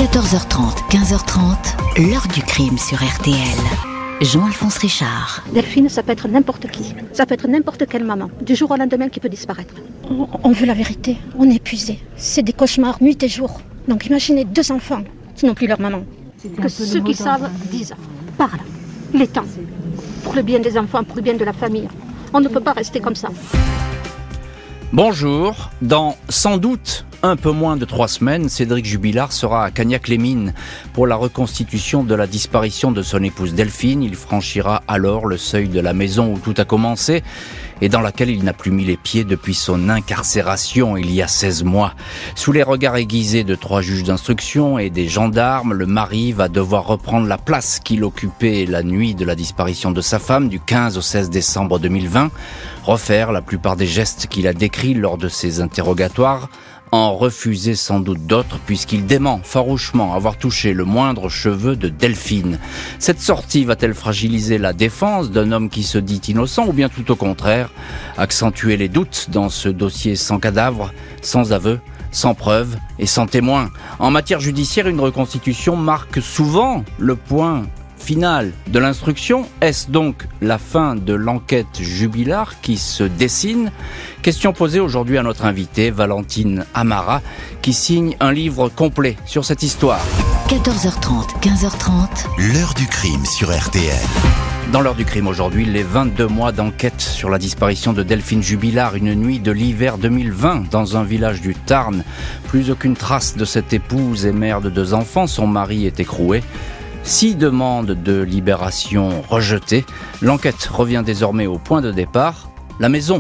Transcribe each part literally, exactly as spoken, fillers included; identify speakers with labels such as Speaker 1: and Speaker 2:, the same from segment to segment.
Speaker 1: quatorze heures trente, quinze heures trente, l'heure du crime sur R T L. Jean-Alphonse Richard.
Speaker 2: Delphine, ça peut être n'importe qui. Ça peut être n'importe quelle maman, du jour au lendemain, qui peut disparaître.
Speaker 3: On, on veut la vérité. On est épuisé. C'est des cauchemars nuit et jour. Donc imaginez deux enfants qui n'ont plus leur maman.
Speaker 2: Que ceux qui savent disent, parlent. Il est temps. Pour le bien des enfants, pour le bien de la famille. On ne peut pas rester comme ça.
Speaker 4: Bonjour. Dans sans doute un peu moins de trois semaines, Cédric Jubilard sera à Cagnac-les-Mines pour la reconstitution de la disparition de son épouse Delphine. Il franchira alors le seuil de la maison où tout a commencé et dans laquelle il n'a plus mis les pieds depuis son incarcération il y a seize mois. Sous les regards aiguisés de trois juges d'instruction et des gendarmes, le mari va devoir reprendre la place qu'il occupait la nuit de la disparition de sa femme du quinze au seize décembre deux mille vingt, refaire la plupart des gestes qu'il a décrits lors de ses interrogatoires, en refuser sans doute d'autres puisqu'il dément farouchement avoir touché le moindre cheveu de Delphine. Cette sortie va-t-elle fragiliser la défense d'un homme qui se dit innocent ou bien tout au contraire, accentuer les doutes dans ce dossier sans cadavre, sans aveu, sans preuve et sans témoin? En matière judiciaire, une reconstitution marque souvent le point final de l'instruction. Est-ce donc la fin de l'enquête Jubilard qui se dessine? Question posée aujourd'hui à notre invitée, Valentine Amara, qui signe un livre complet sur cette histoire.
Speaker 1: quatorze heures trente, quinze heures trente.
Speaker 5: L'heure du crime sur R T L.
Speaker 4: Dans l'heure du crime aujourd'hui, les vingt-deux mois d'enquête sur la disparition de Delphine Jubilard, une nuit de l'hiver deux mille vingt dans un village du Tarn. Plus aucune trace de cette épouse et mère de deux enfants, son mari est écroué. Six demandes de libération rejetées. L'enquête revient désormais au point de départ, la maison.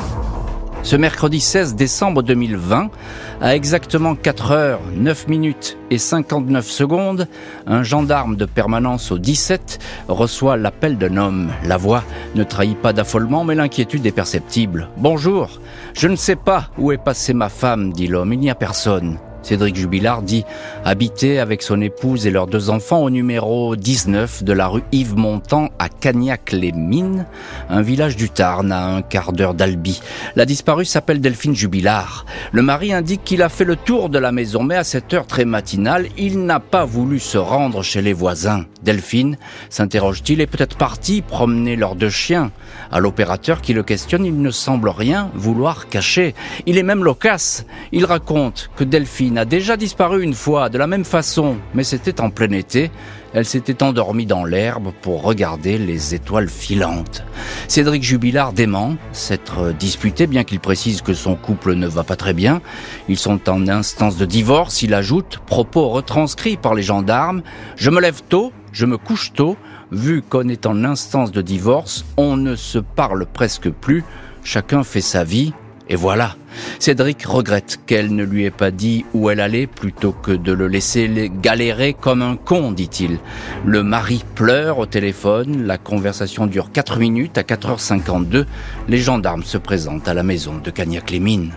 Speaker 4: Ce mercredi seize décembre deux mille vingt, à exactement quatre heures, neuf minutes et cinquante-neuf secondes, un gendarme de permanence au dix-sept reçoit l'appel d'un homme. La voix ne trahit pas d'affolement, mais l'inquiétude est perceptible. « Bonjour, je ne sais pas où est passée ma femme, dit l'homme, il n'y a personne. » Cédric Jubilard dit habiter avec son épouse et leurs deux enfants au numéro dix-neuf de la rue Yves Montand à Cagnac-les-Mines, un village du Tarn à un quart d'heure d'Albi. La disparue s'appelle Delphine Jubilard. Le mari indique qu'il a fait le tour de la maison, mais à cette heure très matinale, il n'a pas voulu se rendre chez les voisins. Delphine, s'interroge-t-il, est peut-être partie promener leurs deux chiens. À l'opérateur qui le questionne, il ne semble rien vouloir cacher. Il est même loquace. Il raconte que Delphine a déjà disparu une fois de la même façon, mais c'était en plein été. Elle s'était endormie dans l'herbe pour regarder les étoiles filantes. Cédric Jubilard dément s'être disputé, bien qu'il précise que son couple ne va pas très bien. Ils sont en instance de divorce. Il ajoute, propos retranscrits par les gendarmes, « Je me lève tôt, je me couche tôt. Vu qu'on est en instance de divorce, on ne se parle presque plus. Chacun fait sa vie. » Et voilà. Cédric regrette qu'elle ne lui ait pas dit où elle allait plutôt que de le laisser galérer comme un con, dit-il. Le mari pleure au téléphone. La conversation dure quatre minutes. À quatre heures cinquante-deux, les gendarmes se présentent à la maison de Cagnac-les-Mines.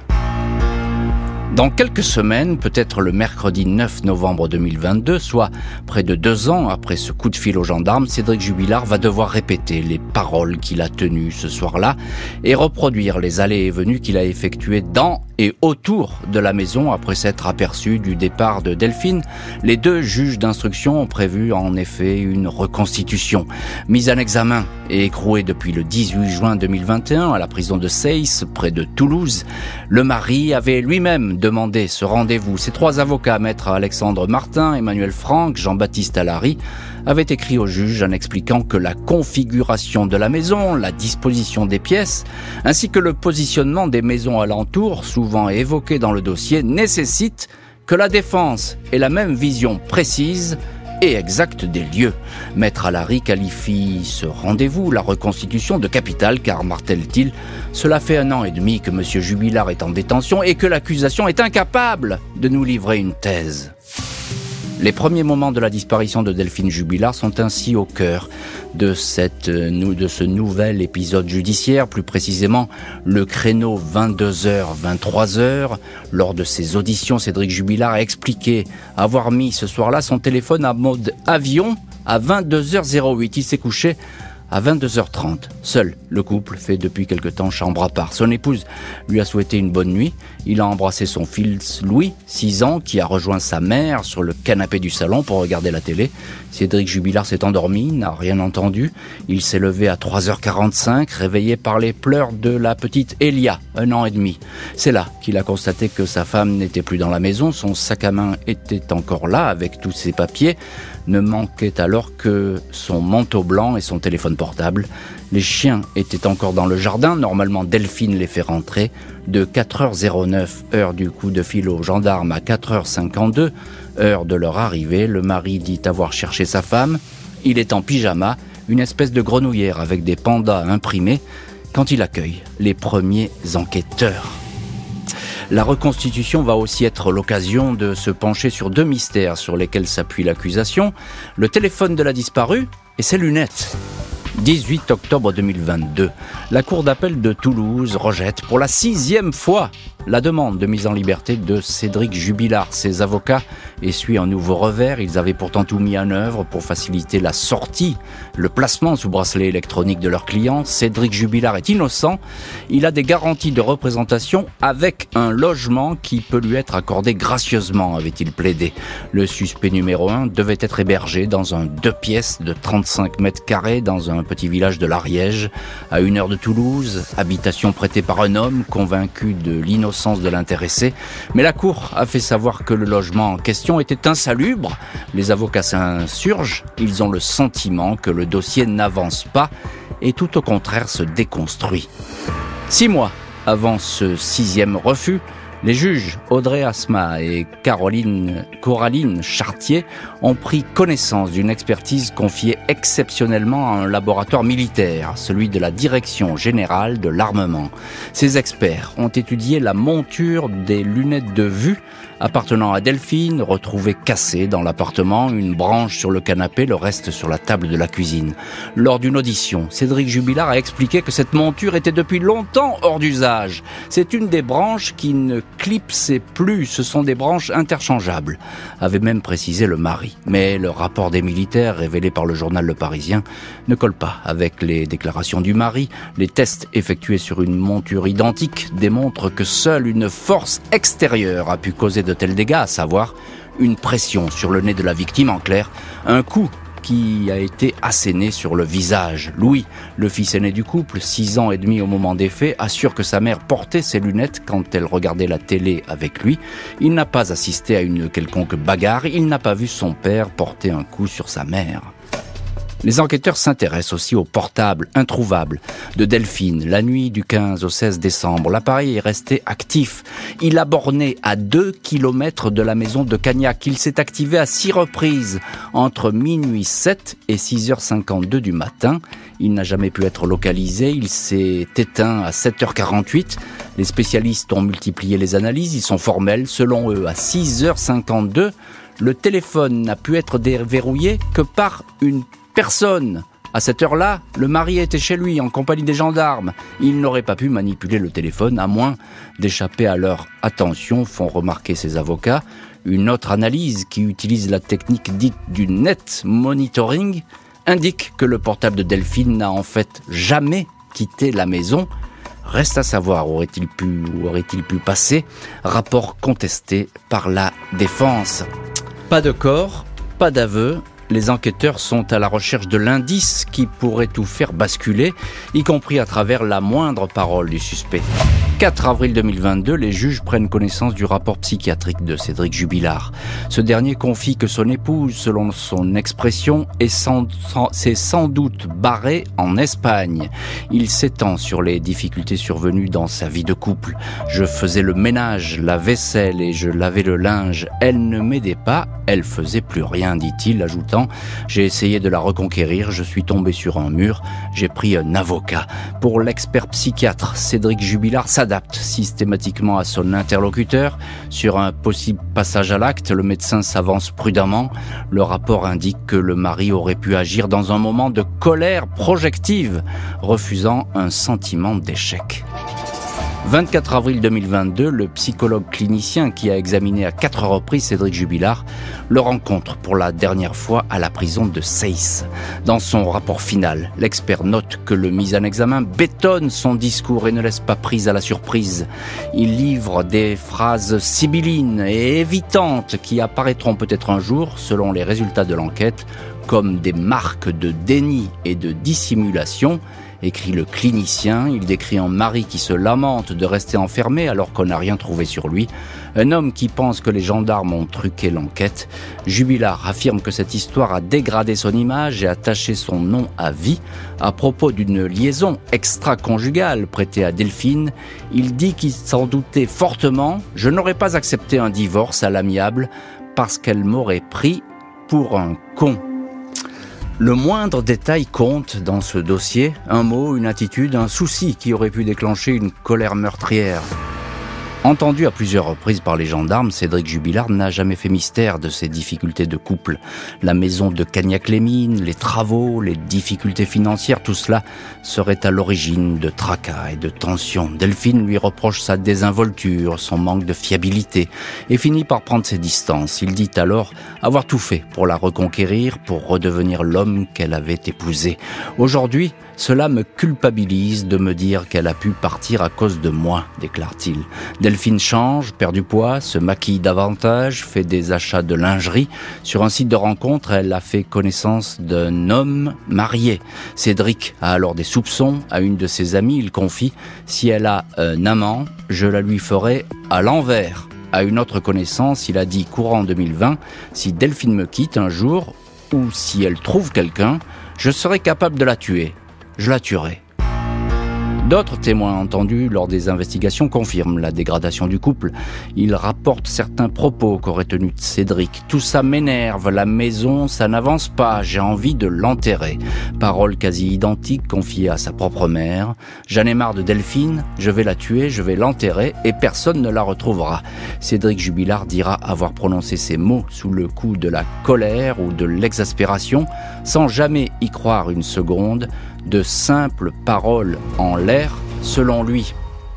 Speaker 4: Dans quelques semaines, peut-être le mercredi neuf novembre deux mille vingt-deux, soit près de deux ans après ce coup de fil aux gendarmes, Cédric Jubilard va devoir répéter les paroles qu'il a tenues ce soir-là et reproduire les allées et venues qu'il a effectuées dans et autour de la maison après s'être aperçu du départ de Delphine. Les deux juges d'instruction ont prévu en effet une reconstitution. Mise en examen et écroué depuis le dix-huit juin deux mille vingt et un à la prison de Seyss, près de Toulouse, le mari avait lui-même demandé ce rendez-vous. Ses trois avocats, maître Alexandre Martin, Emmanuel Franck, Jean-Baptiste Allary, avaient écrit au juge en expliquant que la configuration de la maison, la disposition des pièces, ainsi que le positionnement des maisons alentours, souvent évoquées dans le dossier, nécessitent que la défense ait la même vision précise et exacte des lieux. Maître Allary qualifie ce rendez-vous, la reconstitution, de capital, car, martèle-t-il, cela fait un an et demi que M. Jubilard est en détention et que l'accusation est incapable de nous livrer une thèse. Les premiers moments de la disparition de Delphine Jubilard sont ainsi au cœur de, cette, de ce nouvel épisode judiciaire, plus précisément le créneau vingt-deux heures vingt-trois heures. Lors de ses auditions, Cédric Jubilard a expliqué avoir mis ce soir-là son téléphone à mode avion à vingt-deux heures zéro huit. Il s'est couché À vingt-deux heures trente, seul le couple fait depuis quelque temps chambre à part. Son épouse lui a souhaité une bonne nuit. Il a embrassé son fils Louis, six ans, qui a rejoint sa mère sur le canapé du salon pour regarder la télé. Cédric Jubilard s'est endormi, n'a rien entendu. Il s'est levé à trois heures quarante-cinq, réveillé par les pleurs de la petite Elia, un an et demi. C'est là qu'il a constaté que sa femme n'était plus dans la maison. Son sac à main était encore là, avec tous ses papiers. Ne manquait alors que son manteau blanc et son téléphone portable. Les chiens étaient encore dans le jardin. Normalement, Delphine les fait rentrer. De quatre heures neuf, heure du coup de fil aux gendarmes, à quatre heures cinquante-deux, heure de leur arrivée, le mari dit avoir cherché sa femme. Il est en pyjama, une espèce de grenouillère avec des pandas imprimés, quand il accueille les premiers enquêteurs. La reconstitution va aussi être l'occasion de se pencher sur deux mystères sur lesquels s'appuie l'accusation, le téléphone de la disparue et ses lunettes. dix-huit octobre deux mille vingt-deux, la Cour d'appel de Toulouse rejette pour la sixième fois la demande de mise en liberté de Cédric Jubilard. Ses avocats essuient un nouveau revers. Ils avaient pourtant tout mis en œuvre pour faciliter la sortie, le placement sous bracelet électronique de leurs clients. Cédric Jubilard est innocent. Il a des garanties de représentation avec un logement qui peut lui être accordé gracieusement, avait-il plaidé. Le suspect numéro un devait être hébergé dans un deux pièces de trente-cinq mètres carrés dans un petit village de l'Ariège, à une heure de Toulouse, habitation prêtée par un homme convaincu de l'innocence de l'intéressé. Mais la Cour a fait savoir que le logement en question était insalubre. Les avocats s'insurgent. Ils ont le sentiment que le dossier n'avance pas et tout au contraire se déconstruit. Six mois avant ce sixième refus, les juges Audrey Asma et Caroline, Coraline Chartier ont pris connaissance d'une expertise confiée exceptionnellement à un laboratoire militaire, celui de la Direction Générale de l'Armement. Ces experts ont étudié la monture des lunettes de vue appartenant à Delphine, retrouvée cassée dans l'appartement, une branche sur le canapé, le reste sur la table de la cuisine. Lors d'une audition, Cédric Jubilard a expliqué que cette monture était depuis longtemps hors d'usage. C'est une des branches qui ne clipsait plus, ce sont des branches interchangeables, avait même précisé le mari. Mais le rapport des militaires, révélé par le journal Le Parisien, ne colle pas avec les déclarations du mari. Les tests effectués sur une monture identique démontrent que seule une force extérieure a pu causer de tels dégâts, à savoir une pression sur le nez de la victime, en clair, un coup qui a été asséné sur le visage. Louis, le fils aîné du couple, six ans et demi au moment des faits, assure que sa mère portait ses lunettes quand elle regardait la télé avec lui. Il n'a pas assisté à une quelconque bagarre, il n'a pas vu son père porter un coup sur sa mère. Les enquêteurs s'intéressent aussi au portable introuvable de Delphine. La nuit du quinze au seize décembre, l'appareil est resté actif. Il a borné à deux kilomètres de la maison de Cagnac. Il s'est activé à six reprises entre minuit sept et six heures cinquante-deux du matin. Il n'a jamais pu être localisé. Il s'est éteint à sept heures quarante-huit. Les spécialistes ont multiplié les analyses. Ils sont formels. Selon eux, à six heures cinquante-deux, le téléphone n'a pu être déverrouillé que par une personne. À cette heure-là, le mari était chez lui en compagnie des gendarmes. Il n'aurait pas pu manipuler le téléphone à moins d'échapper à leur attention, font remarquer ses avocats. Une autre analyse qui utilise la technique dite du net monitoring indique que le portable de Delphine n'a en fait jamais quitté la maison. Reste à savoir où aurait-il pu, où aurait-il pu passer. Rapport contesté par la défense. Pas de corps, pas d'aveu. Les enquêteurs sont à la recherche de l'indice qui pourrait tout faire basculer, y compris à travers la moindre parole du suspect. quatre avril deux mille vingt-deux, les juges prennent connaissance du rapport psychiatrique de Cédric Jubilard. Ce dernier confie que son épouse, selon son expression, est sans, sans, s'est sans doute barrée en Espagne. Il s'étend sur les difficultés survenues dans sa vie de couple. Je faisais le ménage, la vaisselle et je lavais le linge. Elle ne m'aidait pas, elle faisait plus rien, dit-il, ajoutant « J'ai essayé de la reconquérir, je suis tombé sur un mur, j'ai pris un avocat. » Pour l'expert psychiatre, Cédric Jubilard s'adapte systématiquement à son interlocuteur. Sur un possible passage à l'acte, le médecin s'avance prudemment. Le rapport indique que le mari aurait pu agir dans un moment de colère projective, refusant un sentiment d'échec. vingt-quatre avril deux mille vingt-deux, le psychologue clinicien qui a examiné à quatre reprises Cédric Jubilard le rencontre pour la dernière fois à la prison de Seyss. Dans son rapport final, l'expert note que le mis en examen bétonne son discours et ne laisse pas prise à la surprise. Il livre des phrases sibyllines et évitantes qui apparaîtront peut-être un jour, selon les résultats de l'enquête, comme des marques de déni et de dissimulation. Écrit le clinicien, il décrit un mari qui se lamente de rester enfermé alors qu'on n'a rien trouvé sur lui, un homme qui pense que les gendarmes ont truqué l'enquête. Jubilard affirme que cette histoire a dégradé son image et a taché son nom à vie. À propos d'une liaison extra-conjugale prêtée à Delphine, il dit qu'il s'en doutait fortement. « Je n'aurais pas accepté un divorce à l'amiable parce qu'elle m'aurait pris pour un con ». Le moindre détail compte dans ce dossier, un mot, une attitude, un souci qui aurait pu déclencher une colère meurtrière. Entendu à plusieurs reprises par les gendarmes, Cédric Jubilard n'a jamais fait mystère de ses difficultés de couple. La maison de Cagnac-les-Mines, les travaux, les difficultés financières, tout cela serait à l'origine de tracas et de tensions. Delphine lui reproche sa désinvolture, son manque de fiabilité et finit par prendre ses distances. Il dit alors avoir tout fait pour la reconquérir, pour redevenir l'homme qu'elle avait épousé. Aujourd'hui, cela me culpabilise de me dire qu'elle a pu partir à cause de moi, déclare-t-il. Delphine change, perd du poids, se maquille davantage, fait des achats de lingerie. Sur un site de rencontre, elle a fait connaissance d'un homme marié. Cédric a alors des soupçons. À une de ses amies, il confie « Si elle a un amant, je la lui ferai à l'envers ». À une autre connaissance, il a dit courant deux mille vingt « Si Delphine me quitte un jour, ou si elle trouve quelqu'un, je serai capable de la tuer. Je la tuerai ». D'autres témoins entendus lors des investigations confirment la dégradation du couple. Ils rapportent certains propos qu'aurait tenus Cédric. « Tout ça m'énerve, la maison, ça n'avance pas, j'ai envie de l'enterrer ». Paroles quasi identiques confiées à sa propre mère. « J'en ai marre de Delphine, je vais la tuer, je vais l'enterrer et personne ne la retrouvera ». Cédric Jubilard dira avoir prononcé ces mots sous le coup de la colère ou de l'exaspération, sans jamais y croire une seconde. De simples paroles en l'air, selon lui.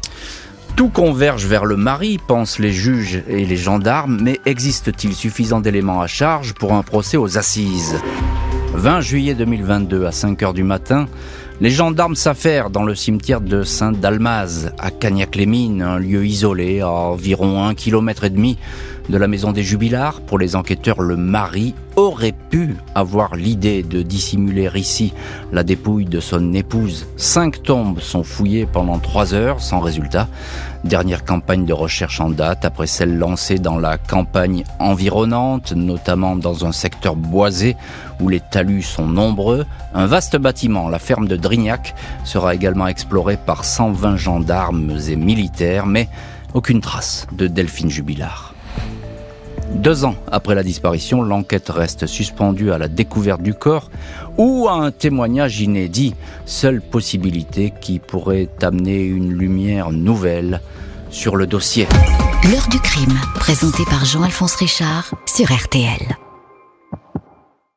Speaker 4: Tout converge vers le mari, pensent les juges et les gendarmes, mais existe-t-il suffisamment d'éléments à charge pour un procès aux assises ? vingt juillet deux mille vingt-deux, à cinq heures du matin, les gendarmes s'affairent dans le cimetière de Sainte-Dalmaze, à Cagnac-les-Mines, un lieu isolé à environ un kilomètre et demi de la maison des Jubilard. Pour les enquêteurs, le mari aurait pu avoir l'idée de dissimuler ici la dépouille de son épouse. Cinq tombes sont fouillées pendant trois heures, sans résultat. Dernière campagne de recherche en date, après celle lancée dans la campagne environnante, notamment dans un secteur boisé où les talus sont nombreux. Un vaste bâtiment, la ferme de Drignac, sera également exploré par cent vingt gendarmes et militaires, mais aucune trace de Delphine Jubilard. Deux ans après la disparition, l'enquête reste suspendue à la découverte du corps ou à un témoignage inédit, seule possibilité qui pourrait amener une lumière nouvelle sur le dossier.
Speaker 1: L'heure du crime, présenté par Jean-Alphonse Richard sur R T L.